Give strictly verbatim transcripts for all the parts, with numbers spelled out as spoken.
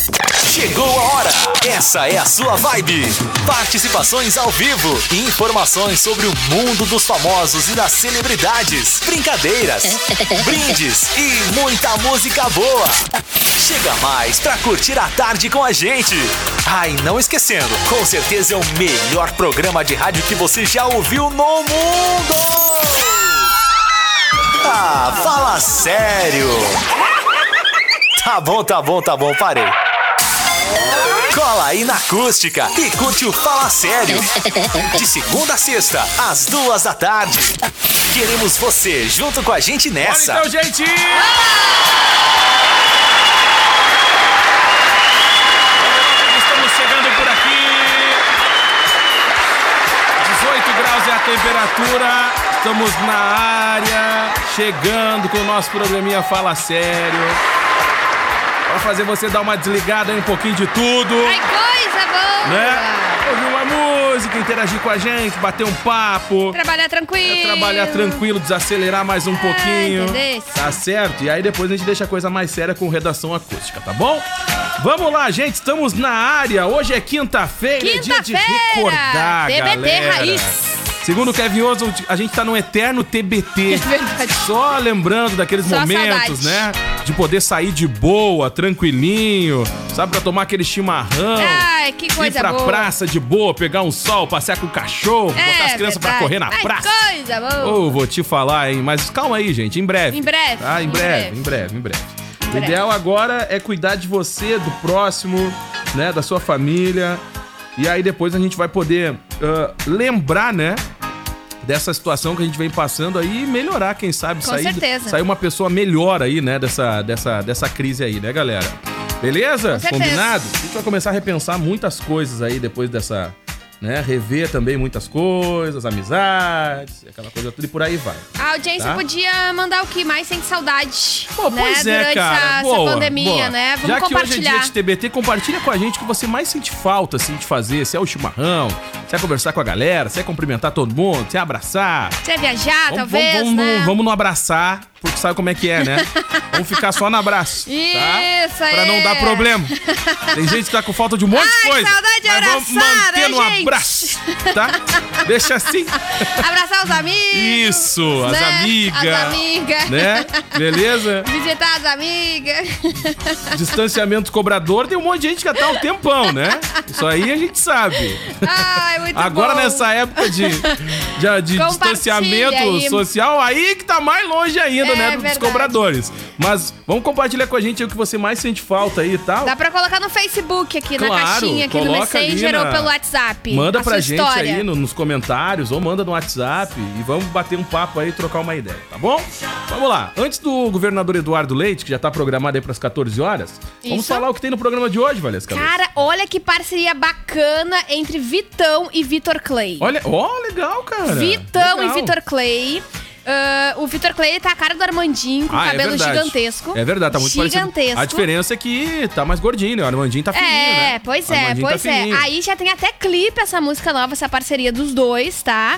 Chegou a hora! Essa é a sua vibe! Participações ao vivo, informações sobre o mundo dos famosos e das celebridades, brincadeiras, brindes e muita música boa! Chega mais pra curtir a tarde com a gente! Ah, e não esquecendo, com certeza é o melhor programa de rádio que você já ouviu no mundo! Ah, fala sério! Tá bom, tá bom, tá bom, parei. Cola aí na acústica e curte o Fala Sério. De segunda a sexta, às duas da tarde. Queremos você junto com a gente nessa. Olha então, gente! Estamos chegando por aqui. dezoito graus é a temperatura. Estamos na área, chegando com o nosso programinha Fala Sério. Pra fazer você dar uma desligada aí um pouquinho de tudo. Ai, coisa boa! Né? Ouvir uma música, interagir com a gente, bater um papo. Trabalhar tranquilo. É, trabalhar tranquilo, desacelerar mais um pouquinho. Entendeu? Tá certo? E aí depois a gente deixa a coisa mais séria com redação acústica, tá bom? Vamos lá, gente, estamos na área. Hoje é quinta-feira, é dia de recordar, T B T galera. Raiz. Segundo o Kevin Oso, a gente tá num eterno T B T. É verdade. Só lembrando daqueles Só momentos, saudade. né? De poder sair de boa, tranquilinho, sabe? Pra tomar aquele chimarrão. Ai, que coisa ir pra boa. praça de boa, pegar um sol, passear com o cachorro, É, botar as crianças pra verdade. correr na Ai, praça. coisa boa. Ô, vou te falar, hein? Mas calma aí, gente, em breve. Em breve, Tá? Em, em breve, breve. em breve, em breve. O breve. ideal agora é cuidar de você, do próximo, né? Da sua família. E aí depois a gente vai poder ah, lembrar, né? Dessa situação que a gente vem passando aí e melhorar, quem sabe, Com sair, certeza. sair uma pessoa melhor aí, né, dessa, dessa, dessa crise aí, né, galera? Beleza? Com certeza. Combinado? A gente vai começar a repensar muitas coisas aí depois dessa, né, rever também muitas coisas, amizades, aquela coisa tudo e por aí vai. A audiência Tá? podia mandar o que mais sente saudade, Pô, né? pois é, Durante cara. essa, Boa, essa pandemia, boa. né? Vamos Já que hoje é compartilhar. dia de T B T, compartilha com a gente o que você mais sente falta, assim, de fazer. Se é o chimarrão, se é conversar com a galera, se é cumprimentar todo mundo, se é abraçar. Você ia viajar, Vamos, talvez, vamos, vamos, né? no, vamos no abraçar, porque sabe como é que é, né? Vamos ficar só no abraço, tá? Isso aí. Pra não dar problema. Tem gente que tá com falta de um monte de Ai, coisa. saudade de mas vamos abraçar, manter né, no gente? abraço, tá? Deixa assim. Abraçar os amigos. Isso, as né? amigas. As amigas. Né? Beleza? Visitar as amigas. Distanciamento cobrador, tem um monte de gente que já tá há um tempão, né? Isso aí a gente sabe. Ai, muito Agora bom. nessa época de, de, de Compartilha distanciamento aí. social, aí que tá mais longe ainda, É né, dos verdade. cobradores. Mas vamos compartilhar com a gente o que você mais sente falta aí e tal. Dá pra colocar no Facebook aqui, na Claro, caixinha, aqui no coloca ali Messenger na- ou pelo WhatsApp. Manda a pra sua gente história. aí no- nos comentários ou manda no WhatsApp e vamos bater um papo aí e trocar uma ideia, tá bom? Vamos lá. Antes do governador Eduardo Leite, que já tá programado aí pras catorze horas, vamos Isso. falar o que tem no programa de hoje, Valesca. Cara, olha que parceria bacana entre Vitão e Vitor Clay. Olha, ó, legal, cara. Vitão Legal. e Vitor Clay. Ah, o Vitor Clay tá a cara do Armandinho, com Ah, é cabelo verdade. gigantesco. É verdade, tá muito Gigantesco. parecido. A diferença é que tá mais gordinho, né? O Armandinho tá fininho, É, né? pois O é, Armandinho pois tá é. fininho. Aí já tem até clipe essa música nova, essa parceria dos dois, tá?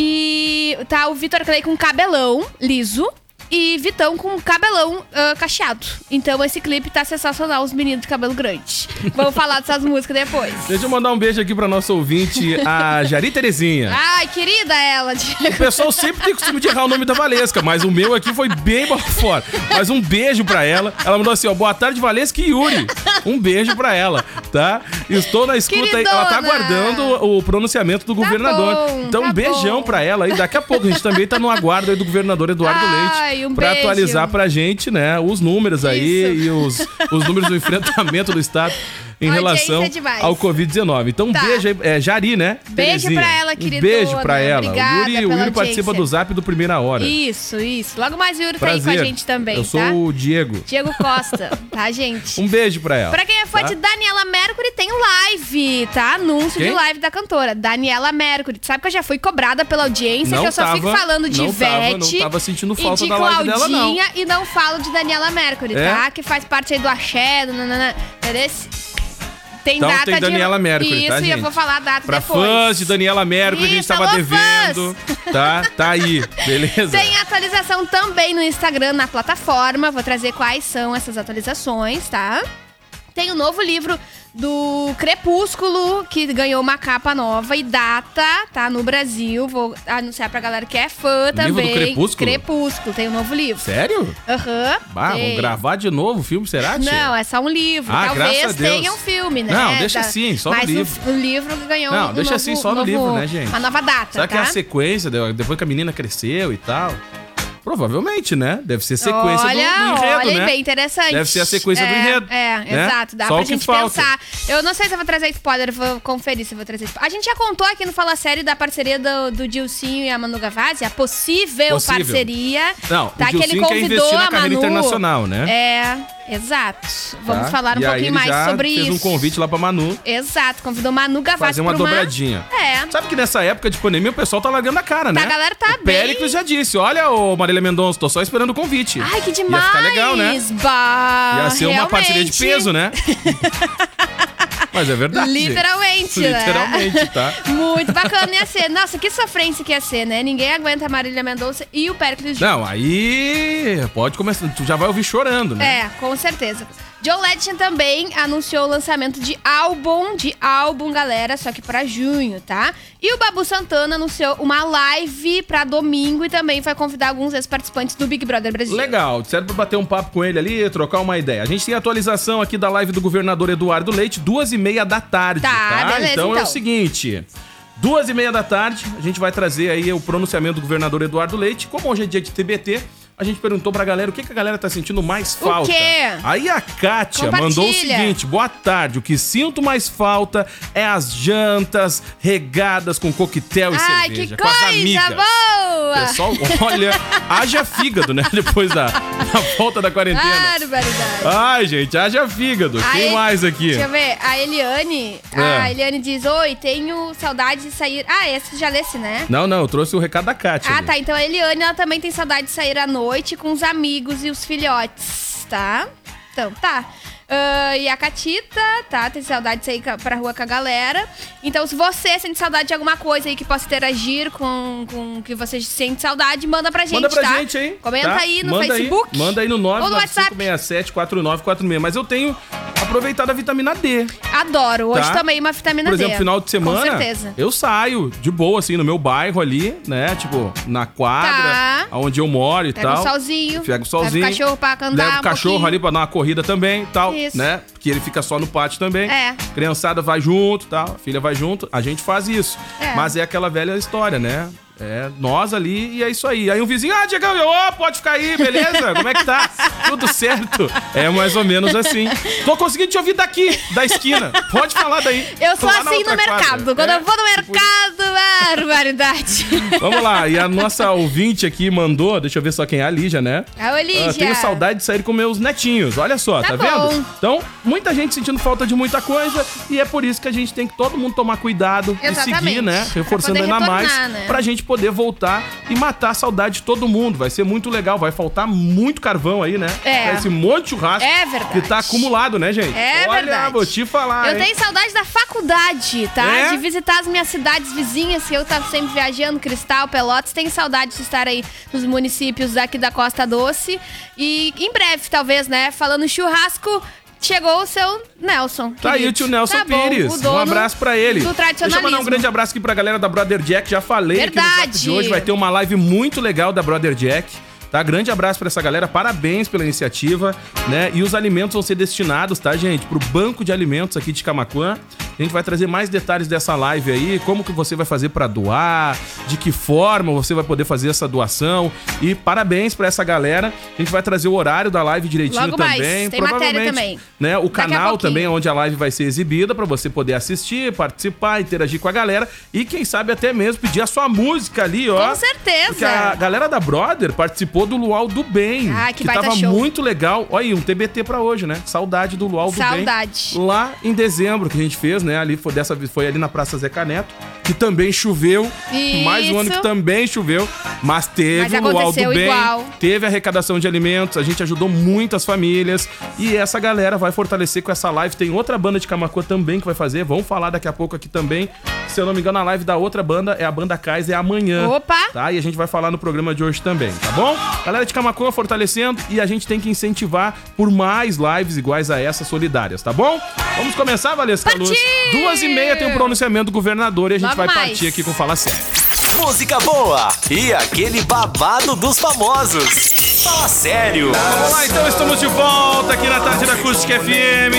E tá o Vitor Clay com cabelão liso e Vitão com cabelão ah, cacheado. Então esse clipe tá sensacional, os meninos de cabelo grande. Vamos falar dessas músicas depois. Deixa eu mandar um beijo aqui pra nossa ouvinte, a Jari Terezinha. Ai, querida ela. O pessoal sempre tem costume de errar o nome da Valesca, mas o meu aqui foi bem bola fora. Mas um beijo pra ela. Ela mandou assim, ó, boa tarde, Valesca e Yuri. Um beijo pra ela, tá? Estou na escuta aí. Ela tá Queridona. aguardando o pronunciamento do governador. bom, Então, tá um beijão bom. pra ela. E daqui a pouco a gente também tá no aguardo aí do governador Eduardo Ai, Leite. um pra beijo. atualizar pra gente, né, os números aí Isso. e os, os números do enfrentamento do Estado em Audiência relação demais. ao covid dezenove. Então, um Tá. beijo aí. É Jari, né? Beijo Terezinha. pra ela, Um queridona. beijo pra ela. Obrigada o Yuri, o pela Yuri participa audiência. do Zap do Primeira Hora. Isso, isso. Logo mais o Yuri tá aí Prazer. com a gente também, Eu sou tá? o Diego. Diego Costa, tá, gente? Um beijo pra ela. Pra quem é fã tá? de Daniela Mercury, tem live, tá? Anúncio Quem? de live da cantora, Daniela Mercury. Tu sabe que eu já fui cobrada pela audiência, Não que eu só tava, fico falando de não tava, Ivete não tava sentindo falta e de da live dela, não. Claudinha e não falo de Daniela Mercury, É? tá? Que faz parte aí do axé, do nanana, entendeu? Tem Então data tem de... Daniela Mercury, Isso, tá, e eu gente? vou falar a data Pra depois. fãs de Daniela Mercury, a gente Isso, tava alô, devendo, tá? Tá aí, beleza? Tem atualização também no Instagram, na plataforma. Vou trazer quais são essas atualizações, tá? Tem o novo livro do Crepúsculo, que ganhou uma capa nova e data, tá? No Brasil. Vou anunciar pra galera que é fã também. Livro do Crepúsculo? Crepúsculo, tem um novo livro. Sério? Aham. Bah, tem. vamos gravar de novo o filme, será, tia? Não, é só um livro. Ah, graças a Talvez Deus. tenha um filme, né? Não, deixa Da- assim, só no Mas livro. o, o livro ganhou Não, um deixa novo, assim, só no novo- livro, né, gente? Uma nova data, Será tá? que é a sequência, de- depois que a menina cresceu e tal? Provavelmente, né? Deve ser sequência olha, do, do enredo, olha, né? bem interessante. Deve ser a sequência do É, enredo. É, né? exato. Dá Só pra o que gente falta. pensar. Eu não sei se eu vou trazer spoiler, vou conferir se eu vou trazer spoiler. A gente já contou aqui no Fala Sério da parceria do, do Dilcinho e a Manu Gavazzi, a possível, Possível. parceria. Não, tá, o que ele Dilcinho quer convidou investir na a carreira Manu. internacional, né? É, exato. Vamos Tá? falar um E aí pouquinho ele mais já sobre fez isso. um convite lá pra Manu Exato, convidou Manu Gavazzi fazer uma pra dobradinha. É. Sabe que nessa época de pandemia o pessoal tá largando a cara, né? A galera tá o bem- Péricles já disse, olha, ô Marília Mendonça, tô só esperando o convite. Ai, que demais! Ia ficar legal, né? Bah, Ia ser uma realmente. parceria de peso, né? Mas é verdade. Literalmente, né? Literalmente, tá? Muito bacana ia ser. Nossa, que sofrência que ia ser, né? Ninguém aguenta a Marília Mendonça e o Péricles junto. Não, aí pode começar, tu já vai ouvir chorando, né? É, com certeza. Joe Legend também anunciou o lançamento de álbum, de álbum, galera, só que pra junho, tá? E o Babu Santana anunciou uma live pra domingo e também vai convidar alguns ex-participantes do Big Brother Brasil. Legal, serve pra bater um papo com ele ali, trocar uma ideia. A gente tem atualização aqui da live do governador Eduardo Leite, duas e meia da tarde, Tá, tá? beleza, então, é então. o seguinte, duas e meia da tarde, a gente vai trazer aí o pronunciamento do governador Eduardo Leite. Como hoje é dia de T B T, a gente perguntou pra galera o que, que a galera tá sentindo mais falta. quê? Aí a Kátia Compartilha. mandou o seguinte, boa tarde, o que sinto mais falta é as jantas regadas com coquetel e Ai, cerveja, que com as coisa amigas. boa! Pessoal, olha, haja fígado, né? Depois da, da volta da quarentena. Barbaridade. Ai, gente, haja fígado. A Quem El- mais aqui? Deixa eu ver, a Eliane, É. a Eliane diz, oi, tenho saudade de sair... Ah, esse já lesse, né? Não, não, eu trouxe o recado da Kátia. Ah, ali. tá. Então a Eliane, ela também tem saudade de sair à noite com os amigos e os filhotes, tá? Então, tá. Ah, e a Catita, tá? Tem saudade de sair ca- pra rua com a galera. Então, se você sente saudade de alguma coisa aí que possa interagir com, com que você sente saudade, manda pra gente, Manda pra tá? gente aí. Comenta tá? aí no manda Facebook. Aí, manda aí no nove ou no nove cinco WhatsApp. seis sete quatro nove quatro seis. Mas eu tenho aproveitado a vitamina D. Adoro. Hoje Tá? tomei uma vitamina Por D. exemplo, final de semana, Com certeza. eu saio de boa, assim, no meu bairro ali, né? Tipo, na quadra, Tá. onde eu moro e Pega tal. o solzinho. Pega o solzinho. Leva o cachorro pra andar Leva o um cachorro pouquinho. ali pra dar uma corrida também e tal, Isso. né? Que ele fica só no pátio também. É. Criançada vai junto e tal, a filha vai junto. A gente faz isso. É. Mas é aquela velha história, né? É, nós ali e é isso aí. Aí um vizinho, ah, Diegão, eu, ô, pode ficar aí, beleza? Como é que tá? Tudo certo? É mais ou menos assim. Tô conseguindo te ouvir daqui, da esquina. Pode falar daí. Eu sou Lá na assim outra no mercado. quadra. Quando É, eu vou no tipo mercado, barbaridade. Vamos lá, e a nossa ouvinte aqui mandou, deixa eu ver só quem é a Lígia, né? A Olígia. Ah, tenho saudade de sair com meus netinhos, olha só, tá, Tá vendo? bom. Então, muita gente sentindo falta de muita coisa e é por isso que a gente tem que todo mundo tomar cuidado Exatamente. e seguir, né? Pra Reforçando poder ainda mais, retornar, né? pra gente poder voltar e matar a saudade de todo mundo. Vai ser muito legal, vai faltar muito carvão aí, né? É. Esse monte de churrasco É verdade. que tá acumulado, né, gente? É olha, verdade. vou te falar, Eu hein? tenho saudade da faculdade, tá? É? De visitar as minhas cidades vizinhas, que eu tava sempre viajando, Cristal, Pelotas. Tenho saudade de estar aí nos municípios aqui da Costa Doce. E em breve, talvez, né? Falando em churrasco, chegou o seu Nelson. Tá aí o querido. tio Nelson Tá bom, Pires. o dono Um abraço pra ele. Do Deixa eu tradicionalismo. mandar um grande abraço aqui pra galera da Brother Jack. Já falei aqui no Verdade. Zap de hoje. Vai ter uma live muito legal da Brother Jack. Tá? Grande abraço pra essa galera. Parabéns pela iniciativa, né? E os alimentos vão ser destinados, tá, gente? Pro Banco de Alimentos aqui de Camaquã. A gente vai trazer mais detalhes dessa live aí, como que você vai fazer pra doar, de que forma você vai poder fazer essa doação. E parabéns pra essa galera. A gente vai trazer o horário da live direitinho Logo mais, também. tem matéria Provavelmente, também. né? O Daqui a canal pouquinho. também, onde a live vai ser exibida, pra você poder assistir, participar, interagir com a galera e quem sabe até mesmo pedir a sua música ali, ó. Com certeza. Porque a galera da Brother participou do Luau do Bem, Ai, que que baita tava show. muito legal. Olha aí, um T B T pra hoje, né? Saudade do Luau do Saudade. Bem. Lá em dezembro que a gente fez, né? Ali foi dessa vez foi ali na Praça Zeca Neto, que também choveu. Isso. Mais um ano que também choveu. Mas teve Mas o Luau do aconteceu Bem, igual. teve a arrecadação de alimentos, a gente ajudou muitas famílias e essa galera vai fortalecer com essa live. Tem outra banda de Camaquã também que vai fazer, vamos falar daqui a pouco aqui também. Se eu não me engano, a live da outra banda é a Banda Cais, é amanhã. Opa! Tá? E a gente vai falar no programa de hoje também, tá bom? Galera de Camaquã fortalecendo e a gente tem que incentivar por mais lives iguais a essas solidárias, tá bom? Vamos começar, Valesca Luz. Duas e meia tem o pronunciamento do governador e a gente Logo vai mais. partir aqui com Fala Sério. Música boa e aquele babado dos famosos. Fala sério. Vamos lá, então estamos de volta aqui na Tarde da Acústica F M.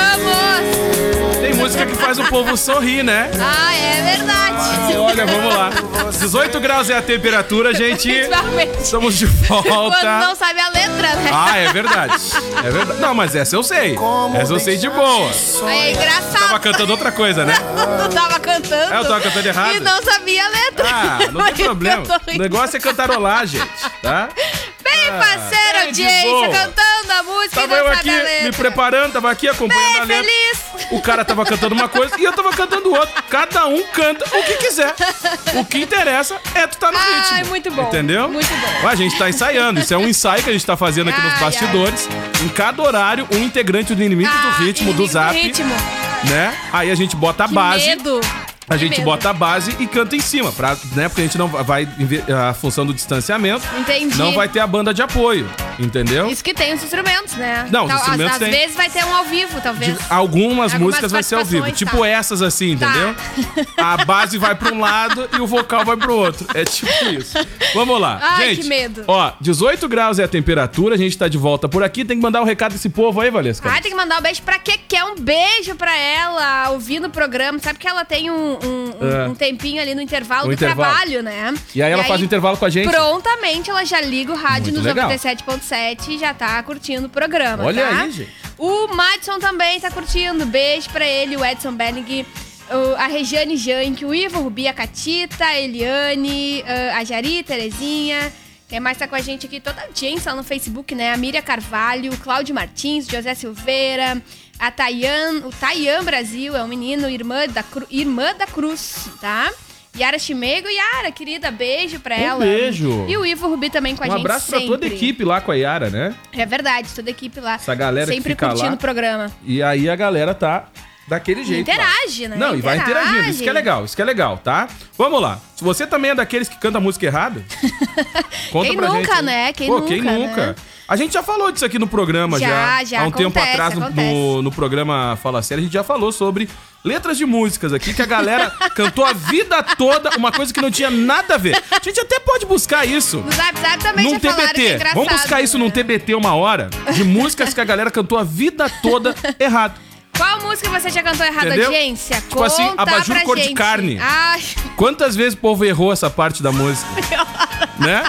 Vamos! Tem música que faz o povo sorrir, né? Ah, é verdade. Olha, vamos lá. dezoito graus é a temperatura, gente. Principalmente Estamos de quando volta. não sabe a letra, né? Ah, é verdade. É verdade. Não, mas essa eu sei. Essa eu sei de boa. Aí é engraçado. Tava cantando outra coisa, né? Tu tava cantando. É, eu tava cantando errado. E não sabia a letra. Ah, não tem problema. O negócio é cantarolar, gente, tá? Bem, Ah, parceiro, bem de audiência, boa. cantando a música Tava e eu não aqui sabe a letra. me preparando, tava aqui acompanhando Bem a letra. feliz. O cara tava cantando uma coisa e eu tava cantando outra. Cada um canta o que quiser. O que interessa é tu tá no Ai, ritmo. muito bom. Entendeu? Muito bom. A gente tá ensaiando. Isso é um ensaio que a gente tá fazendo aqui nos Ai, bastidores. Em cada horário, um integrante do inimigo Ah, do ritmo, do inimigo zap. ritmo. Né? Aí a gente bota a Que base. medo. A Que gente medo. bota a base e canta em cima, pra, né? Porque a gente não vai. A função do distanciamento. Entendi. Não vai ter a banda de apoio. Entendeu? Isso que tem os instrumentos, né? Não, os Tal- instrumentos às, tem. às vezes vai ter um ao vivo, talvez. De- algumas, Algumas músicas vai ser ao vivo. participações, Tipo tá. essas assim, Tá. entendeu? A base vai pra um lado e o vocal vai pro outro. É tipo isso. Vamos lá. Ai, gente, que medo. Ó, dezoito graus é a temperatura. A gente tá de volta por aqui. Tem que mandar um recado desse povo aí, Valesca. Ai, tem que mandar um beijo pra Keké, um beijo pra ela, ouvindo o programa. Sabe que ela tem um, um, um- É. um tempinho ali no intervalo Um do intervalo. trabalho, né? E aí ela faz o intervalo com a gente. Prontamente ela já liga o rádio Muito nos legal. noventa e sete ponto sete e já tá curtindo o programa, Olha tá? aí, gente. O Madison também tá curtindo. Beijo pra ele, o Edson Belling, o- a Regiane Jank, o Ivo Rubi, a Catita, a Eliane, ah, a Jari, Terezinha. Quem mais tá com a gente aqui? Toda a audiência lá no Facebook, né? A Miriam Carvalho, o Cláudio Martins, José Silveira, a Tayan, o Tayan Brasil, é um menino, irmã da, Cru- irmã da Cruz, tá? Yara Chimego, Yara, querida, beijo pra Um ela. beijo. E o Ivo Rubi também com a Um gente abraço pra sempre. toda a equipe lá com a Yara, né? É verdade, toda a equipe lá. Essa galera que sempre fica curtindo lá. o programa. E aí a galera tá daquele jeito. lá. Interage, né? Não, e vai Interage. interagindo. Isso que é legal, isso que é legal, tá? Vamos lá. Se você também é daqueles que canta música errada, conta Quem pra nunca, gente. aí. né? Quem Pô, nunca, quem nunca? né? A gente já falou disso aqui no programa já. Já, já, Há um tempo acontece, atrás, no, acontece. no, no programa Fala Sério, a gente já falou sobre letras de músicas aqui, que a galera cantou a vida toda, uma coisa que não tinha nada a ver. A gente até pode buscar isso. No Zap Zap também Num já falaram que é T B T. engraçado. Vamos buscar isso né? num T B T uma hora, de músicas que a galera cantou a vida toda errado. Qual música você já cantou errado, Entendeu? audiência? Tipo Conta assim, abajur pra cor de gente. carne. Ai, Quantas vezes o povo errou essa parte da música? Né?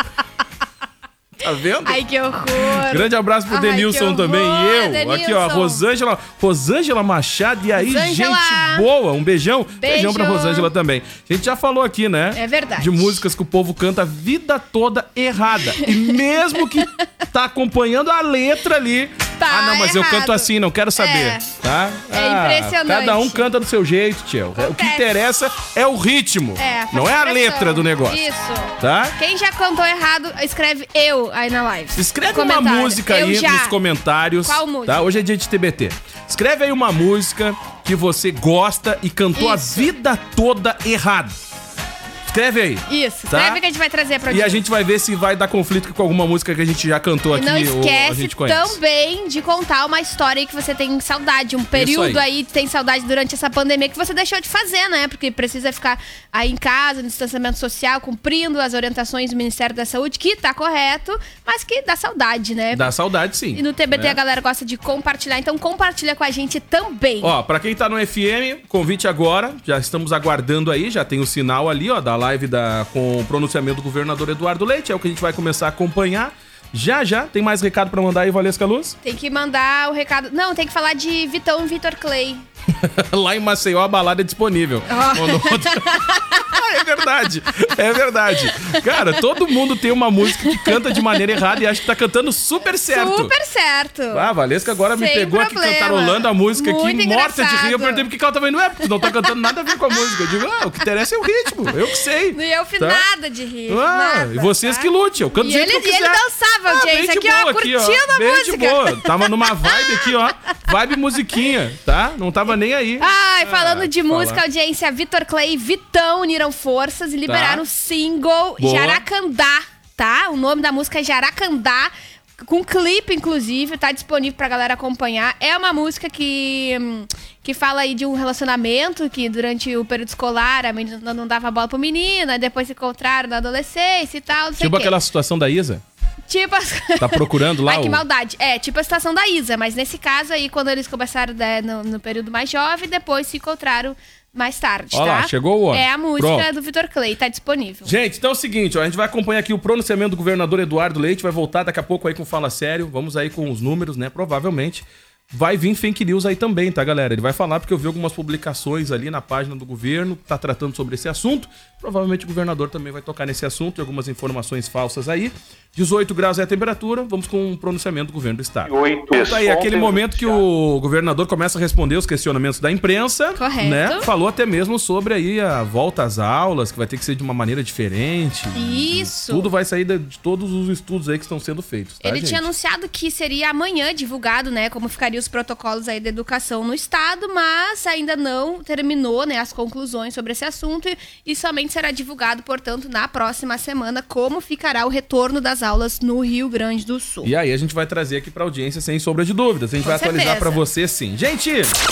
Tá vendo? ai, que horror. Grande abraço pro Ai, Denilson que também. horror, E eu. Denilson. Aqui, ó, Rosângela. Rosângela Machado. E aí, Rosângela. gente boa. Um beijão. Beijão pra Beijo. Rosângela também. A gente já falou aqui, né? É verdade. De músicas que o povo canta a vida toda errada. E mesmo que tá acompanhando a letra ali. Tá ah, não, mas eu errado. canto assim, não quero saber. É. Tá? É Ah, impressionante. Cada um canta do seu jeito, tio. O que Acontece. interessa é o ritmo. É, não é a expressão. letra do negócio. Isso. Tá? Quem já cantou errado, escreve eu aí na live. Escreve uma Comentário. música Eu aí já. nos comentários. Qual música? Tá? Hoje é dia de T B T. Escreve aí uma música que você gosta e cantou Isso. a vida toda errado. Escreve aí. Isso, Tá? escreve que a gente vai trazer pra E a gente vai ver se vai dar conflito com alguma música que a gente já cantou E aqui não ou a esquece gente conhece. também de contar uma história aí que você tem saudade, um período aí. aí que tem saudade durante essa pandemia que você deixou de fazer, né? Porque precisa ficar aí em casa, no distanciamento social, cumprindo as orientações do Ministério da Saúde, que tá correto, mas que dá saudade, né? Dá saudade, sim. E no T B T né? a galera gosta de compartilhar, então compartilha com a gente também. Ó, pra quem tá no F M, convite agora. Já estamos aguardando aí, já tem o sinal ali, ó, da live da, com o pronunciamento do governador Eduardo Leite. É o que a gente vai começar a acompanhar. Já, já. Tem mais recado pra mandar aí, Valesca Luz? Tem que mandar o recado. Não, tem que falar de Vitão e Vitor Clay. Lá em Maceió, a balada é disponível. Ó. Ou no outro- É verdade, é verdade. Cara, todo mundo tem uma música que canta de maneira errada e acha que tá cantando super certo. Super certo. Ah, a Valesca agora Sem me pegou problema. aqui cantarolando a música Muito aqui, morta de engraçado. rir. Eu perguntei por que ela também não é, porque tu não tá cantando nada a ver com a música. Eu digo, ah, o que interessa é o ritmo, eu que sei. Não ia ouvir Tá? nada de rir. Ah, nada, e vocês tá? que lute, eu canto do E jeito ele, que eu e ele quiser. dançava, Ah, audiência, bem de aqui, ó, boa aqui, ó. curtindo a Bem música. de boa. Tava numa vibe aqui, ó. Vibe musiquinha, tá? Não tava nem aí. Ai, falando Ah, de falar. música, audiência, Vitor Clay e Vitão uniram forças e liberaram o single Boa. Jaracandá, tá? O nome da música é Jaracandá, com clipe, inclusive, tá disponível pra galera acompanhar. É uma música que, hum, que fala aí de um relacionamento que durante o período escolar a menina não dava bola pro menino, aí depois se encontraram na adolescência e tal, não sei Tipo o quê. aquela situação da Isa. Tipo as... Tá procurando lá Ai, que o... maldade. É, tipo a situação da Isa, mas nesse caso aí, quando eles começaram né, no, no período mais jovem, depois se encontraram mais tarde, Ó tá? lá, chegou o homem. É a música Pronto. do Vitor Clay, tá disponível. Gente, então é o seguinte, ó, a gente vai acompanhar aqui o pronunciamento do governador Eduardo Leite, vai voltar daqui a pouco aí com Fala Sério, vamos aí com os números, né, provavelmente. Vai vir fake news aí também, tá, galera? Ele vai falar porque eu vi algumas publicações ali na página do governo, tá tratando sobre esse assunto. Provavelmente o governador também vai tocar nesse assunto, algumas informações falsas aí. dezoito graus é a temperatura, vamos com o pronunciamento do governo do estado. Então tá aí, aquele momento que o governador começa a responder os questionamentos da imprensa. Correto. Né? Falou até mesmo sobre aí a volta às aulas, que vai ter que ser de uma maneira diferente. Isso. Tudo vai sair de, de todos os estudos aí que estão sendo feitos, tá, Ele gente? tinha anunciado que seria amanhã divulgado, né, como ficariam os protocolos aí da educação no estado, mas ainda não terminou, né, as conclusões sobre esse assunto e, e somente será divulgado, portanto, na próxima semana como ficará o retorno das aulas no Rio Grande do Sul. E aí a gente vai trazer aqui pra audiência sem sombra de dúvidas. A gente Com vai atualizar certeza. pra você sim. Gente,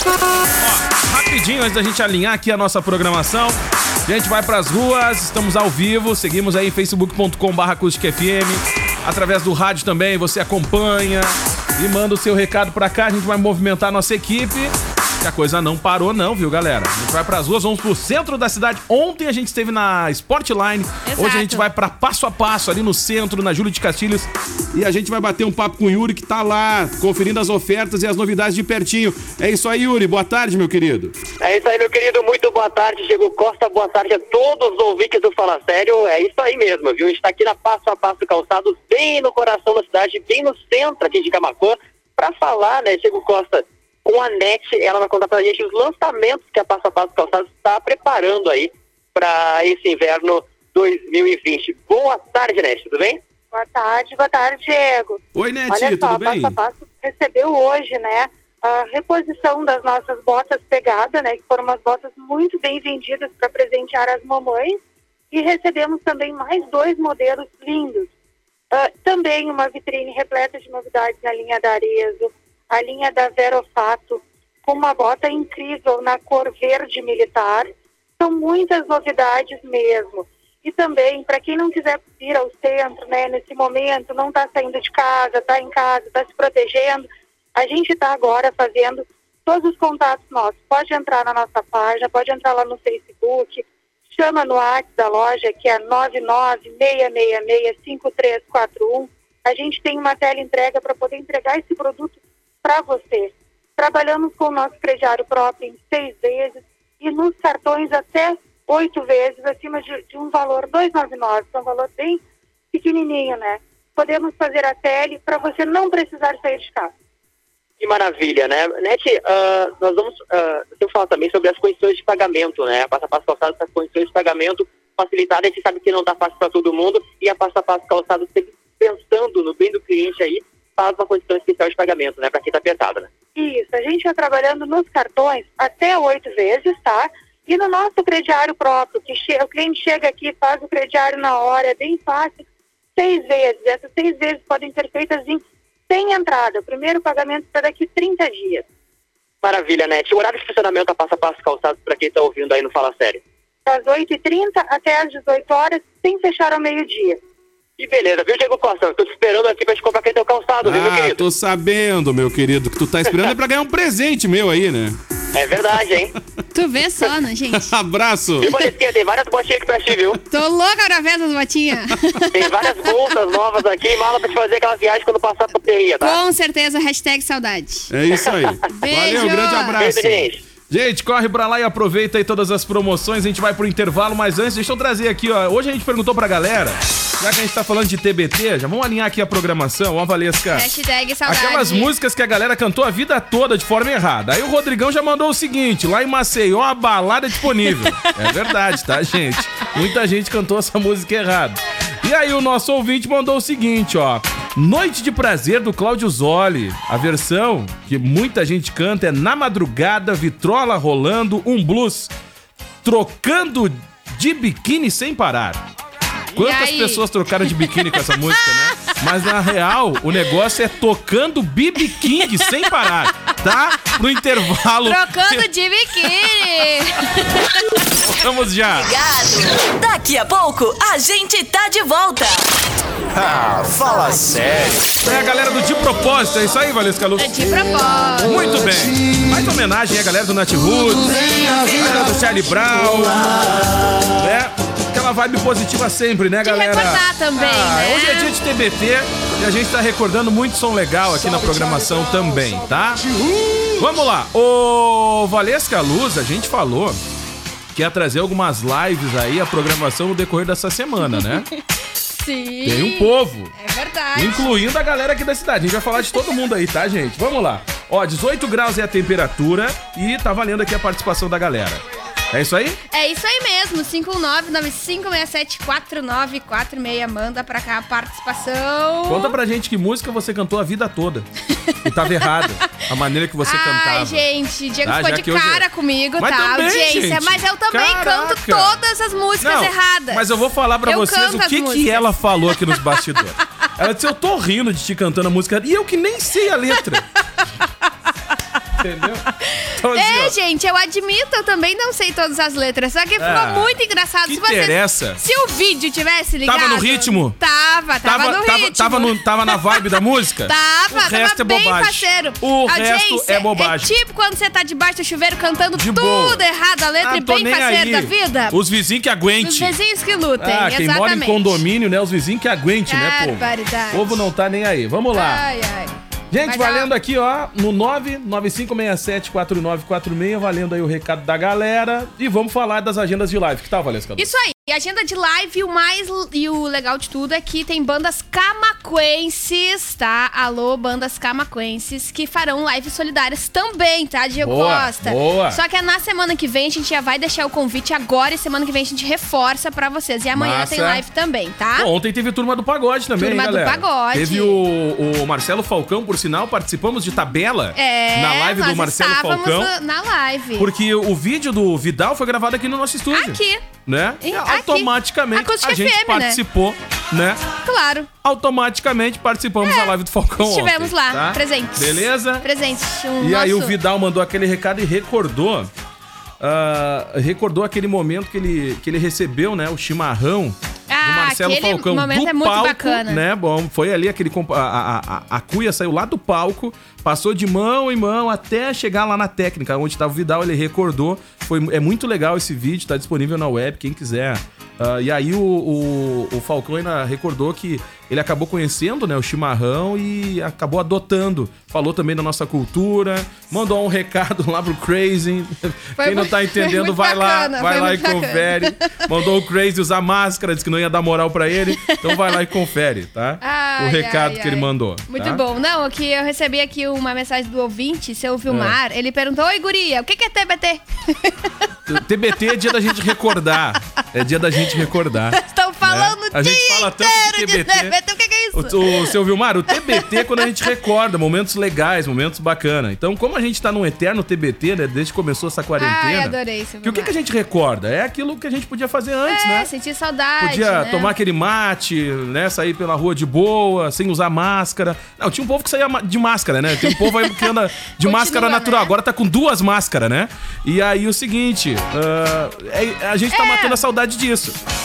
ó, rapidinho antes da gente alinhar aqui a nossa programação. A gente vai pras ruas, estamos ao vivo, seguimos aí em facebook ponto com barra acústica F M. Através do rádio também, você acompanha e manda o seu recado pra cá. A gente vai movimentar a nossa equipe. Que a coisa não parou não, viu, galera? A gente vai pras ruas, vamos pro centro da cidade. Ontem a gente esteve na Sportline. Exato. Hoje a gente vai pra Passo a Passo, ali no centro, na Júlio de Castilhos. E a gente vai bater um papo com o Yuri, que tá lá, conferindo as ofertas e as novidades de pertinho. É isso aí, Yuri. Boa tarde, meu querido. É isso aí, meu querido. Muito boa tarde, Diego Costa. Boa tarde a todos os ouvintes do Fala Sério. É isso aí mesmo, viu? A gente está aqui na Passo a Passo Calçados, bem no coração da cidade, bem no centro aqui de Camaquã, para falar, né, Diego Costa, com a NET. Ela vai contar pra gente os lançamentos que a Passo a Passo Calçados está preparando aí para esse inverno dois mil e vinte. Boa tarde, NET. Tudo bem? Boa tarde, boa tarde, Diego. Oi, Nete, Olha só, tudo bem? Passo a Passo recebeu hoje, né, a reposição das nossas botas pegada, né, que foram umas botas muito bem vendidas para presentear as mamães, e recebemos também mais dois modelos lindos. Uh, também uma vitrine repleta de novidades na linha da Arezzo, a linha da Verofato, com uma bota incrível na cor verde militar. São muitas novidades mesmo. E também, para quem não quiser ir ao centro, né, nesse momento, não está saindo de casa, está em casa, está se protegendo, a gente está agora fazendo todos os contatos nossos. Pode entrar na nossa página, pode entrar lá no Facebook, chama no WhatsApp da loja, que é nove nove seis seis seis cinco três quatro um. A gente tem uma tela entrega para poder entregar esse produto para você. Trabalhamos com o nosso crediário próprio em seis vezes e nos cartões até oito vezes, acima de, de um valor duzentos e noventa e nove, que é um valor bem pequenininho, né? Podemos fazer a tele para você não precisar sair de casa. Que maravilha, né? Nete, uh, nós vamos uh, eu falar também sobre as condições de pagamento, né? A Passo a Passo Calçados, as condições de pagamento facilitadas, a gente sabe que não está fácil para todo mundo, e a Passo a Passo Calçados, pensando no bem do cliente aí, faz uma condição especial de pagamento, né? Para quem está apertado, né? Isso, a gente está trabalhando nos cartões até oito vezes, tá? E no nosso crediário próprio, que che- o cliente chega aqui, faz o crediário na hora, é bem fácil, seis vezes. Essas seis vezes podem ser feitas em sem entrada. O primeiro pagamento está daqui trinta dias. Maravilha, Nete. O horário de funcionamento da Passo a Passo Calçados, para quem está ouvindo aí no Fala Sério? Das oito e trinta até as dezoito horas, sem fechar ao meio-dia. Que beleza, viu, Diego Costa? Eu tô te esperando aqui pra te comprar aquele teu calçado, viu, meu Ah, querido? tô sabendo, meu querido, que tu tá esperando é pra ganhar um presente meu aí, né? É verdade, hein? Tu vê só, né, gente? Abraço! Viu, Bonesquinha? Tem várias botinhas aqui pra ti, viu? Tô louca pra ver essas botinhas. Tem várias bolsas novas aqui, mala pra te fazer aquela viagem quando passar a bateria, tá? Com certeza, hashtag saudade. É isso aí. Beijo. Valeu, grande abraço. Beijo, gente. Gente, corre pra lá e aproveita aí todas as promoções. A gente vai pro intervalo, mas antes, deixa eu trazer aqui, ó. Hoje a gente perguntou pra galera, já que a gente tá falando de T B T, já vamos alinhar aqui a programação, ó, Valesca. Hashtag saudade. Aquelas músicas que a galera cantou a vida toda de forma errada. Aí o Rodrigão já mandou o seguinte, lá em Maceió, a balada é disponível. É verdade, tá, gente? Muita gente cantou essa música errada. E aí o nosso ouvinte mandou o seguinte, ó. Noite de Prazer do Cláudio Zoli. A versão que muita gente canta é Na Madrugada, Vitrola Rolando, um blues trocando de biquíni sem parar. Quantas pessoas trocaram de biquíni com essa música, né? Mas na real, o negócio é tocando B B King sem parar, tá? No intervalo. Trocando de biquíni. Vamos já. Obrigado. Daqui a pouco a gente tá de volta. Ah, fala sério. É a galera do De Propósito, é isso aí, Valesca Luz? É de propósito. Muito bem. Mais homenagem à galera do Nat Roots, a galera do Charlie Brown, né? Aquela vibe positiva sempre, né, galera? recordar também, ah, né? Hoje é dia de T B T e a gente tá recordando muito som legal aqui na programação também, tá? Vamos lá. Ô, Valesca Luz, a gente falou que ia trazer algumas lives aí, a programação no decorrer dessa semana, né? Sim. Tem um povo. É verdade. Incluindo a galera aqui da cidade. A gente vai falar de todo mundo aí, tá, gente? Vamos lá. Ó, dezoito graus é a temperatura e tá valendo aqui a participação da galera. É isso aí? É isso aí mesmo. cinco nove nove cinco seis sete quatro nove quatro seis. Manda pra cá a participação. Conta pra gente que música você cantou a vida toda. E tava errado. A maneira que você Ai, cantava. Ai, gente, Diego Ah, ficou já de que hoje cara é- comigo, Mas tá, também, audiência? gente. Mas eu também Caraca. canto todas as músicas Não, erradas. mas eu vou falar pra Eu vocês canto o as que, que músicas. ela falou aqui nos bastidores. Ela disse, eu tô rindo de te cantando a música e eu que nem sei a letra. Entendeu? Então, assim, É, ó, gente, eu admito, eu também não sei todas as letras. Só que ficou Ah, muito engraçado. que Se vocês- interessa? Se o vídeo tivesse ligado... Tava no ritmo? Tava, tava, no tava, ritmo. tava, no- tava na vibe da música? Tava, O resto tava é bem bobagem. parceiro. O resto Audiência, é bobagem. É tipo quando você tá debaixo do chuveiro cantando De tudo boa. errado, a letra Ah, e tô bem nem parceiro aí. da vida. Os vizinhos que Os aguente. vizinhos que lutem, Ah, quem exatamente. mora em condomínio, né? Os vizinhos que aguente, né, povo? Barbaridade. O povo não tá nem aí. Vamos lá. Ai, ai. Gente, Vai valendo dar- aqui, ó, no nove nove cinco seis sete quatro nove quatro seis, valendo aí o recado da galera. E vamos falar das agendas de live. Que tal, Valesca? Isso aí. E a agenda de live, e o mais e o legal de tudo é que tem bandas camaquenses, tá? Alô, bandas camaquenses, que farão lives solidárias também, tá, Diego Boa, Costa? boa. Só que é na semana que vem, a gente já vai deixar o convite agora e semana que vem a gente reforça pra vocês. E amanhã Massa. tem live também, tá? Bom, ontem teve Turma do Pagode também, Turma hein, do galera? Pagode. Teve o, o Marcelo Falcão, por sinal, participamos de tabela É, na live nós do Marcelo estávamos Falcão. na live. Porque o vídeo do Vidal foi gravado aqui no nosso estúdio. Aqui. Né? Em- E aqui. automaticamente Acústica a gente F M, né? participou, né? Claro. Automaticamente participamos da live do Falcão ontem. Estivemos lá, tá? presentes. Beleza? Presentes. Um E aí o nosso- Vidal mandou aquele recado e recordou. ah, recordou aquele momento que ele, que ele recebeu, né? O chimarrão do Ah, Marcelo aquele Falcão momento do é muito palco, bacana. né? Bom, foi ali aquele compa- a, a, a, a cuia saiu lá do palco, passou de mão em mão até chegar lá na técnica, onde estava o Vidal, ele recordou. Foi, é muito legal esse vídeo, tá disponível na web, quem quiser. Ah, e aí o, o, o Falcão ainda recordou que ele acabou conhecendo, né, o chimarrão e acabou adotando. Falou também da nossa cultura, mandou um recado lá pro Crazy. Foi Quem não mu- tá foi entendendo, muito vai bacana, lá, vai foi lá e muito bacana. confere. Mandou o Crazy usar máscara, disse que não ia dar moral pra ele. Então vai lá e confere, tá? Ai, o recado ai, que ele ai. mandou. Muito tá? bom. Não, que eu recebi aqui uma mensagem do ouvinte, seu Vilmar. É. Ele perguntou: Oi, guria, o que que é T B T? T B T é dia da gente recordar. É dia da gente recordar. Estão falando Né? o A dia gente fala tanto de inteiro T B T. T B T. O que que é isso? O, o seu Vilmar, o T B T é quando a gente recorda momentos legais, momentos bacanas. Então, como a gente tá num eterno T B T, né? Desde que começou essa quarentena. Ai, adorei, seu Que o que, Vilmar. que a gente recorda? É aquilo que a gente podia fazer antes, É, né? sentir saudade, Podia né? tomar aquele mate, né? Sair pela rua de boa, sem usar máscara. Não, tinha um povo que saía ma- de máscara, né? Tem um povo aí que anda de Continua, máscara natural. né? Agora tá com duas máscaras, né? E aí o seguinte, ah, é- a gente tá É. matando a saudade disso.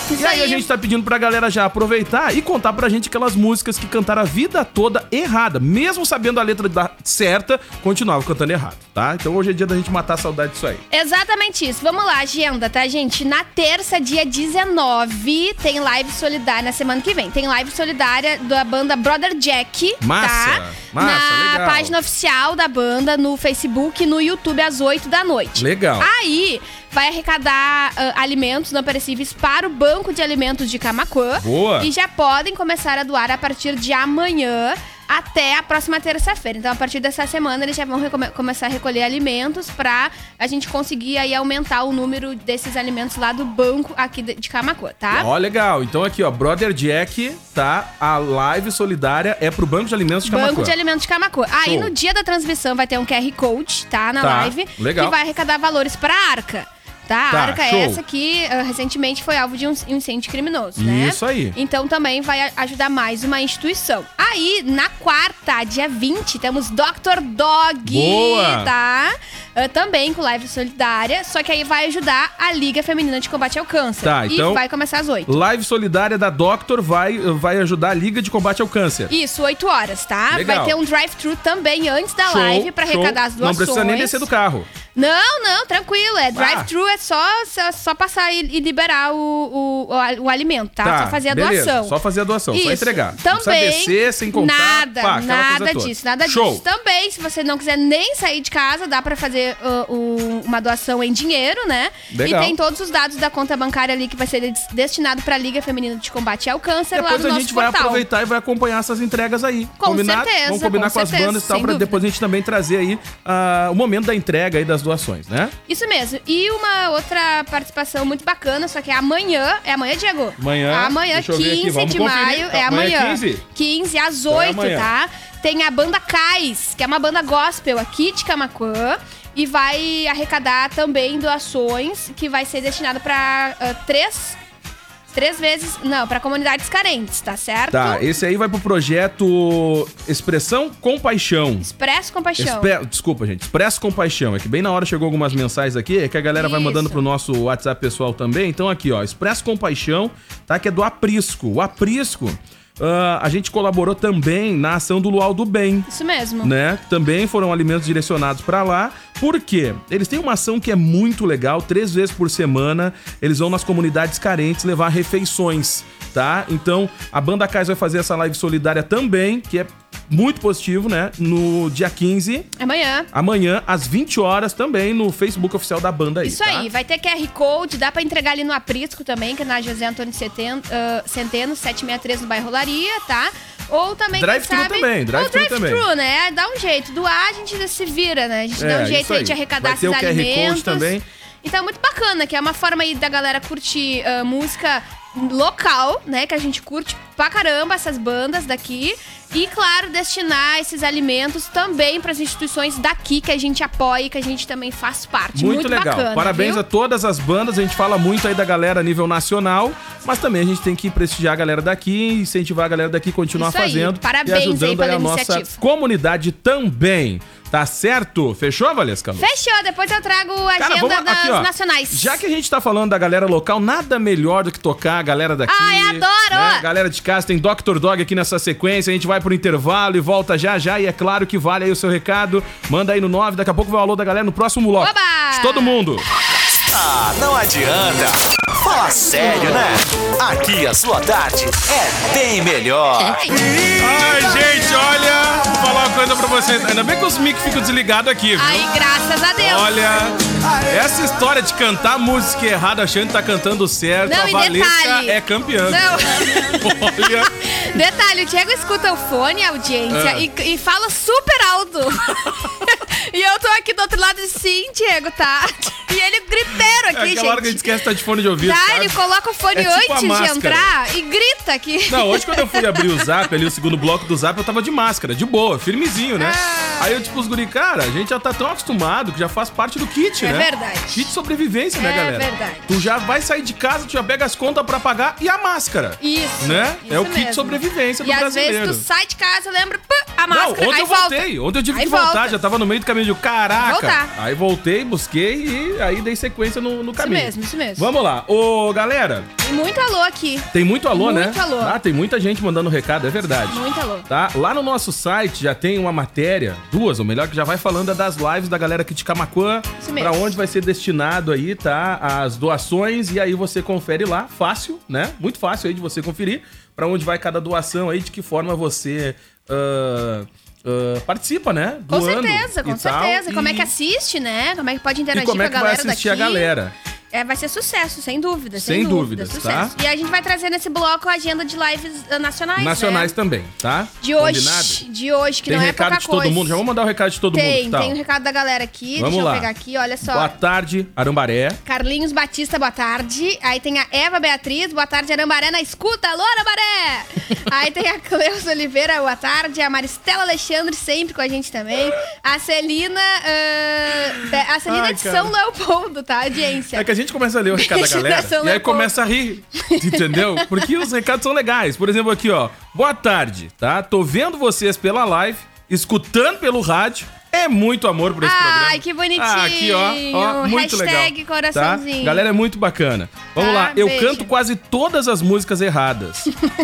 Isso E aí, aí. a gente tá pedindo pra galera já aproveitar e contar pra gente aquelas músicas que cantaram a vida toda errada. Mesmo sabendo a letra da certa, continuavam cantando errado, tá? Então hoje é dia da gente matar a saudade disso aí. Exatamente isso. Vamos lá, agenda, tá, gente? Na terça, dia dezenove, tem live solidária na semana que vem. Tem live solidária da banda Brother Jack, Massa, tá? massa, na legal. página oficial da banda, no Facebook e no YouTube às oito da noite. Legal. Aí vai arrecadar uh, alimentos não perecíveis para o Banco de Alimentos de Camaquã. Boa. E já podem começar a doar a partir de amanhã até a próxima terça-feira. Então, a partir dessa semana, eles já vão recome- começar a recolher alimentos pra a gente conseguir aí aumentar o número desses alimentos lá do banco aqui de, de Camaquã, tá? Ó, legal. Então aqui, ó, Brother Jack, tá? A live solidária é pro Banco de Alimentos de Camaquã. Banco de Alimentos de Camaquã. Aí, Show. no dia da transmissão, vai ter um Q R Code, tá? Na Tá, live. legal. Que vai arrecadar valores pra Arca. Tá? Tá, A Arca show. é essa que uh, recentemente foi alvo de um incêndio criminoso, né? Isso aí. Então também vai a- ajudar mais uma instituição. Aí, na quarta, dia vinte, temos doutor Dog, Boa. tá? Uh, também com live solidária, só que aí vai ajudar a Liga Feminina de Combate ao Câncer. Tá, então- E vai começar às oito. Live solidária da Doctor vai, vai ajudar a Liga de Combate ao Câncer. Isso, oito horas, tá? Legal. Vai ter um drive-thru também antes da Show, live pra show. arrecadar as doações. Não precisa nem descer do carro. Não, não, tranquilo. É drive-thru, é só, só, só passar e, e liberar o, o, o, a- o alimento, tá? Só fazer a beleza. doação. Só fazer a doação, só Isso. entregar. Não Também, precisa descer sem contar. nada, pá, aquela nada coisa toda. disso, nada Show. disso. Também, se você não quiser nem sair de casa, dá pra fazer uh, um- uma doação em dinheiro, né? Legal. E tem todos os dados da conta bancária ali que vai ser des- destinado pra Liga Feminina de Combate ao Câncer lá Depois no a nosso gente vai portal. aproveitar e vai acompanhar essas entregas aí. Com Combinado? certeza, Vamos combinar com com, as certeza, bandas e tal, sem pra dúvida. depois a gente também trazer aí ah, o momento da entrega aí das doações, né? Isso mesmo. E uma outra participação muito bacana, só que é amanhã. É amanhã, Diego? Amanhã, Amanhã, deixa eu ver aqui, quinze vamos de conferir. maio. Tá, É amanhã amanhã. é quinze? quinze às Então é oito, amanhã. tá? Tem a banda Cais, que é uma banda gospel aqui de Camaquã. E vai arrecadar também doações, que vai ser destinado pra ah, três... Três vezes... Não, pra comunidades carentes, tá certo? Tá, esse aí vai pro projeto Expressão Compaixão. Expresso Compaixão. Espe- Desculpa, gente. Expresso Compaixão. É que bem na hora chegou algumas mensagens aqui, é que a galera vai Isso. mandando pro nosso WhatsApp pessoal também. Então aqui, ó, Expresso Compaixão, tá? Que é do Aprisco. O Aprisco, ah, a gente colaborou também na ação do Luau do Bem. Isso mesmo. Né? Também foram alimentos direcionados pra lá. Por quê? Eles têm uma ação que é muito legal, três vezes por semana, eles vão nas comunidades carentes levar refeições, tá? Então, a Banda Cais vai fazer essa live solidária também, que é muito positivo, né? No dia quinze, Amanhã. amanhã, às vinte horas, também no Facebook oficial da banda aí, Isso tá? aí, vai ter Q R Code, dá pra entregar ali no Aprisco também, que é na José Antônio Ceten- ah, Centeno, setecentos e sessenta e três no bairro Olaria, tá? Ou também, quem Drive-thru sabe... também, drive-thru Ou drive-thru, também. né? Dá um jeito. Doar, a gente se vira, né? A gente É, dá um jeito isso aí aí. de arrecadar Vai ter esses o Q R Code alimentos. também. Então é muito bacana, que é uma forma aí da galera curtir ah, música local, né? Que a gente curte pra caramba essas bandas daqui. E, claro, destinar esses alimentos também para as instituições daqui que a gente apoia e que a gente também faz parte. Muito, Muito, legal. bacana, Parabéns viu? a todas as bandas. A gente fala muito aí da galera a nível nacional, mas também a gente tem que prestigiar a galera daqui, incentivar a galera daqui a continuar Isso aí. fazendo Parabéns e aí ajudando pela a nossa iniciativa. comunidade também. Tá certo? Fechou, Valesca? Fechou, depois eu trago a Cara, agenda vamos das aqui, ó. nacionais. Já que a gente tá falando da galera local, nada melhor do que tocar a galera daqui. Ai, adoro! Né? Galera de casa, tem doutor Dog aqui nessa sequência. A gente vai pro intervalo e volta já já. E é claro que vale aí o seu recado. Manda aí no nove, daqui a pouco vai o alô da galera no próximo bloco. Oba! De todo mundo. Ah, não adianta. Fala sério, né? Aqui a sua tarde é bem melhor. Ai, gente, olha, vou falar uma coisa pra vocês. Ainda bem que os mic ficam desligados aqui, viu? Ai, graças a Deus. Olha, essa história de cantar música errada achando que tá cantando certo, Não, a e Valesca detalhe. é campeã. Não. Olha, Detalhe, o Diego escuta o fone, a audiência, Ah. e, e fala super alto. E eu tô aqui do outro lado e sim, Diego, tá? E ele griteiro é aqui, aquela hora que a gente gente. esquece de estar de fone de ouvido, Tá, sabe? ele coloca o fone É tipo a antes de máscara. entrar e grita aqui. Não, hoje quando eu fui abrir o Zap ali, o segundo bloco do Zap, eu tava de máscara, de boa, firmezinho, né? Ah. Aí eu, tipo, os guri, cara, a gente já tá tão acostumado que já faz parte do kit, É né? verdade. Kit de sobrevivência, né, É galera? verdade. Tu já vai sair de casa, tu já pega as contas pra pagar e a máscara. Isso. Né? isso É o kit de mesmo. sobrevivência do e brasileiro. E às vezes tu sai de casa, lembra, pã, a Não, máscara, ontem aí eu volta. voltei. Ontem eu tive Aí que voltar, volta. já tava no meio do caminho de caraca. Voltar. Aí voltei, busquei e aí dei sequência no, no caminho. Isso mesmo, isso mesmo. Vamos lá. Ô, galera. Tem muito alô aqui. Tem muito alô, muito né? Muito alô. Ah, tem muita gente mandando recado, é verdade. Muito alô. Tá? Lá no nosso site já tem uma matéria, duas, ou melhor, que já vai falando das lives da galera aqui de Camaquã. Isso mesmo. Pra onde vai ser destinado aí, tá? As doações. E aí você confere lá. Fácil, né? Muito fácil aí de você conferir. Pra onde vai cada doação aí, de que forma você... Uh... Uh, participa, né? Com Doando certeza, com e tal, certeza. e... Como é que assiste, né? Como é que pode interagir e como é com que a vai galera assistir daqui. a galera? É, vai ser sucesso, sem dúvida. Sem, Sem dúvida, dúvidas, sucesso. tá? E a gente vai trazer nesse bloco a agenda de lives uh, nacionais, Nacionais né? também, tá? De hoje, Combinado? de hoje, que tem não é recado pouca de coisa. todo mundo? Já vamos mandar o recado de todo tem, mundo, tal. Tem o recado da galera aqui. Vamos Deixa lá. eu pegar aqui, olha só. Boa tarde, Arambaré. Carlinhos Batista, boa tarde. Aí tem a Eva Beatriz, boa tarde, Arambaré na escuta. Alô, Arambaré! Aí tem a Cleusa Oliveira, boa tarde. A Maristela Alexandre, sempre com a gente também. A Celina, uh, a Celina Ai, de cara. São Leopoldo, tá, audiência? É que a gente começa a ler o recado da galera São e aí Leopoldo. começa a rir, entendeu? Porque os recados são legais. Por exemplo, aqui, ó. Boa tarde, tá? Tô vendo vocês pela live, escutando pelo rádio. É muito amor por esse Ai, programa. Ai, que bonitinho. Ah, aqui, ó. ó muito Hashtag legal. coraçãozinho. Tá? Galera, é muito bacana. Vamos Tá, lá. Eu beijo. canto quase todas as músicas erradas.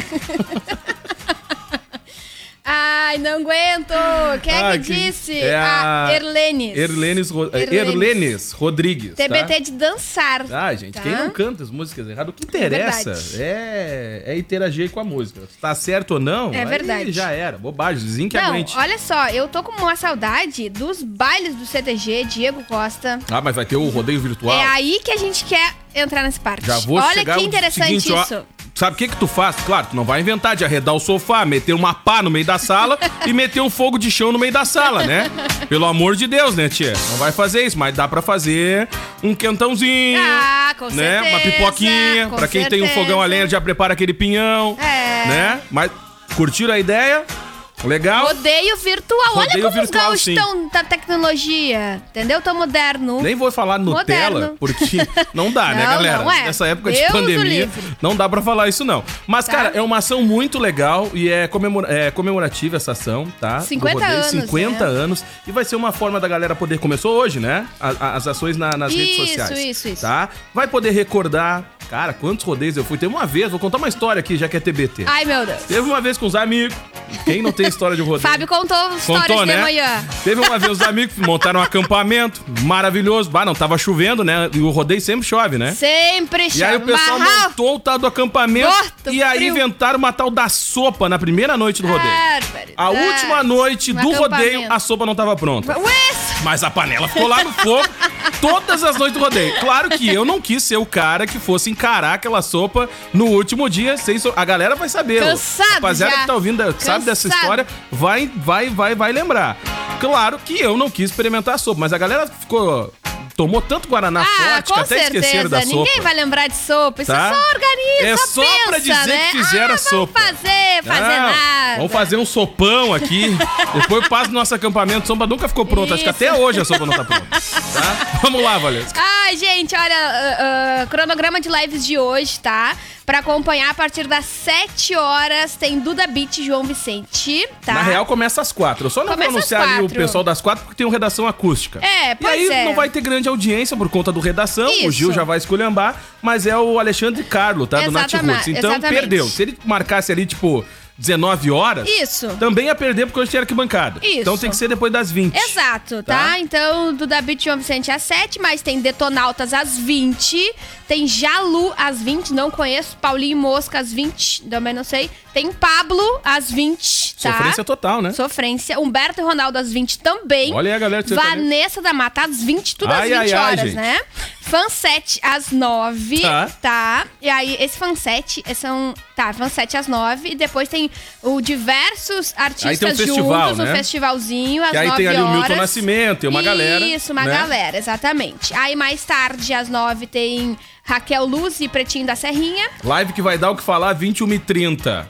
Ai, não aguento. Quem é Ah, que que- disse? é a Erlenes. Erlenes, Ro... Erlenes. Erlenes Rodrigues. T B T tá? de dançar. Ah, gente, tá? quem não canta as músicas erradas, o que interessa verdade. é, é interagir com a música. Se tá certo ou não, É aí verdade. já era. Bobagemzinho que Não, aguente. olha só, eu tô com uma saudade dos bailes do C T G, Diego Costa. Ah, mas vai ter o rodeio virtual. É aí que a gente quer entrar nessa parte. Já vou olha chegar que o interessante seguinte, ó, isso. sabe o que que tu faz? Claro, tu não vai inventar de arredar o sofá, meter uma pá no meio da sala e meter um fogo de chão no meio da sala, né? Pelo amor de Deus, né, tia? Não vai fazer isso, mas dá pra fazer um quentãozinho, Ah, com né? certeza. Uma pipoquinha. com Pra quem tem um certeza. fogão a lenha, já prepara aquele pinhão, É. né? Mas curtiram a ideia? Legal? Rodeio virtual. Rodeio Olha como virtual, os gaúchos sim. estão da tecnologia. Entendeu? Tão moderno. Nem vou falar Nutella, Moderno. porque não dá, né, Não, galera? não é. Nessa época de Deus o pandemia, livre. não dá pra falar isso, não. Mas, Tá. cara, é uma ação muito legal e é, comemora- é comemorativa essa ação, tá? Do cinquenta rodeio, anos, cinquenta né? anos. E vai ser uma forma da galera poder... Começou hoje, né? A- a- as ações na- nas redes Isso, sociais. isso, isso. Tá? Vai poder recordar... Cara, quantos rodeios eu fui? Teve uma vez, vou contar uma história aqui, já que é T B T. Ai, meu Deus. Teve uma vez com os amigos. Quem não tem história de rodeio? Fábio contou histórias Contou, de né? manhã. Teve uma vez os amigos montaram um acampamento maravilhoso. Bah, não, tava chovendo, né? E o rodeio sempre chove, né? Sempre E aí o pessoal chamarral. montou o tal do acampamento Morto, e aí frio. inventaram uma tal da sopa na primeira noite do rodeio. Barbaridade. A última noite No do acampamento. rodeio, a sopa não tava pronta. Ué, Mas a panela ficou lá no fogo todas as noites do rodeio. Claro que eu não quis ser o cara que fosse encarar aquela sopa no último dia. Sem so... A galera vai saber. Cansado Rapaziada já. que tá ouvindo, sabe dessa Cansado. história, vai, vai, vai, vai lembrar. Claro que eu não quis experimentar a sopa, mas a galera ficou... Tomou tanto Guaraná ah, forte que com até esqueceram certeza. da sopa. Ninguém vai lembrar de sopa. Isso Tá? é só organiza, É só só pensa, pra dizer né? que fizeram ah, a sopa. Vamos fazer, fazer Não, nada. Vamos fazer um sopão aqui. Depois passa no nosso acampamento. A sopa nunca ficou pronta. Acho que Isso. até hoje a sopa não tá pronta. Tá? Vamos lá, Valesca. Ai, gente, olha, uh, uh, cronograma de lives de hoje, tá? Pra acompanhar a partir das sete horas tem Duda Beat e João Vicente, tá? Na real, começa às quatro. Eu só não Começa vou às anunciar ali o quatro. pessoal das quatro porque tem um redação acústica. É, pois E aí é. não vai ter grande audiência por conta do redação. O Isso. Gil já vai esculhambar, mas é o Alexandre Carlo, tá? Do Exatamente, Natiruts. Então exatamente. perdeu. Se ele marcasse ali, tipo, dezenove horas, Isso. também ia perder porque hoje tinha arquibancada. Isso. Então tem que ser depois das vinte. Exato, tá? Tá? Então, Duda Beat e João Vicente às sete, mas tem Detonautas às vinte, tem Jalu às vinte, não conheço, Paulinho Mosca às vinte, também não sei. Tem Pablo às vinte, tá? Sofrência total, né? Sofrência. Humberto e Ronaldo às vinte também. Olha aí a galera de sertanejo. Vanessa da Mata às vinte, tudo Ai, às ai, vinte ai, horas, gente. né? Fansete às nove, Tá. tá? E aí, esse Fansete são... Tá, Fansete às nove, e depois tem o diversos artistas Aí tem um festival, juntos, né? um festivalzinho às Que aí nove tem ali o horas. Milton Nascimento, tem uma galera. Isso, uma né? galera, exatamente. Aí mais tarde, às nove, tem Raquel Luz e Pretinho da Serrinha. Live que vai dar o que falar vinte e uma e trinta.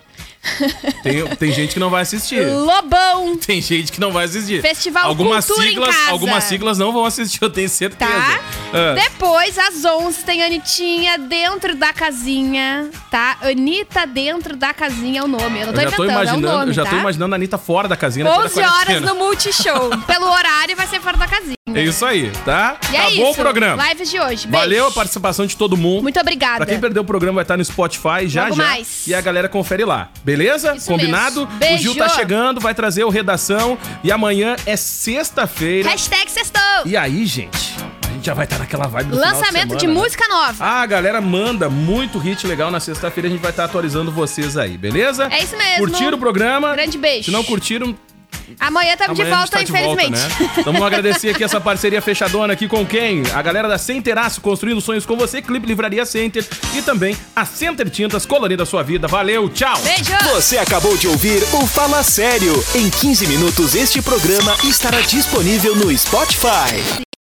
Tem, tem gente que não vai assistir. Lobão. Tem gente que não vai assistir. Festival algumas Cultura siglas, em Casa. Algumas siglas não vão assistir, eu tenho certeza. Tá? Ah. Depois, às onze, tem Anitinha dentro da casinha, tá? Anitta dentro da casinha é o nome. Eu não tô eu já tô inventando, imaginando, é o nome, eu já tá? tô imaginando a Anitta fora da casinha. depois onze da horas quarentena. no Multishow. Pelo horário, vai ser fora da casinha. É isso aí, tá? E é Acabou isso. o programa. Lives de hoje. Beijo. Valeu a participação de todo mundo. Muito obrigada. Pra quem perdeu o programa, vai estar no Spotify já Logo já. mais. E a galera confere lá. Beleza? Isso Combinado? mesmo. Beijo. O Gil tá chegando, vai trazer o Redação. E amanhã é sexta-feira. Hashtag sextou. E aí, gente, a gente já vai estar naquela vibe do Lançamento final de, de semana, né? música nova. Ah, a galera manda muito hit legal na sexta-feira. A gente vai estar atualizando vocês aí, beleza? É isso mesmo. Curtiram o programa? Grande beijo. Se não curtiram, Amanhã estamos de amanhã a gente volta, tá de volta, infelizmente. né? Então vamos agradecer aqui essa parceria fechadona aqui com quem? A galera da Centeraço, construindo sonhos com você, Clipe Livraria Center e também a Center Tintas, colorindo a sua vida. Valeu, tchau! Beijo! Você acabou de ouvir o Fala Sério. Em quinze minutos, este programa estará disponível no Spotify.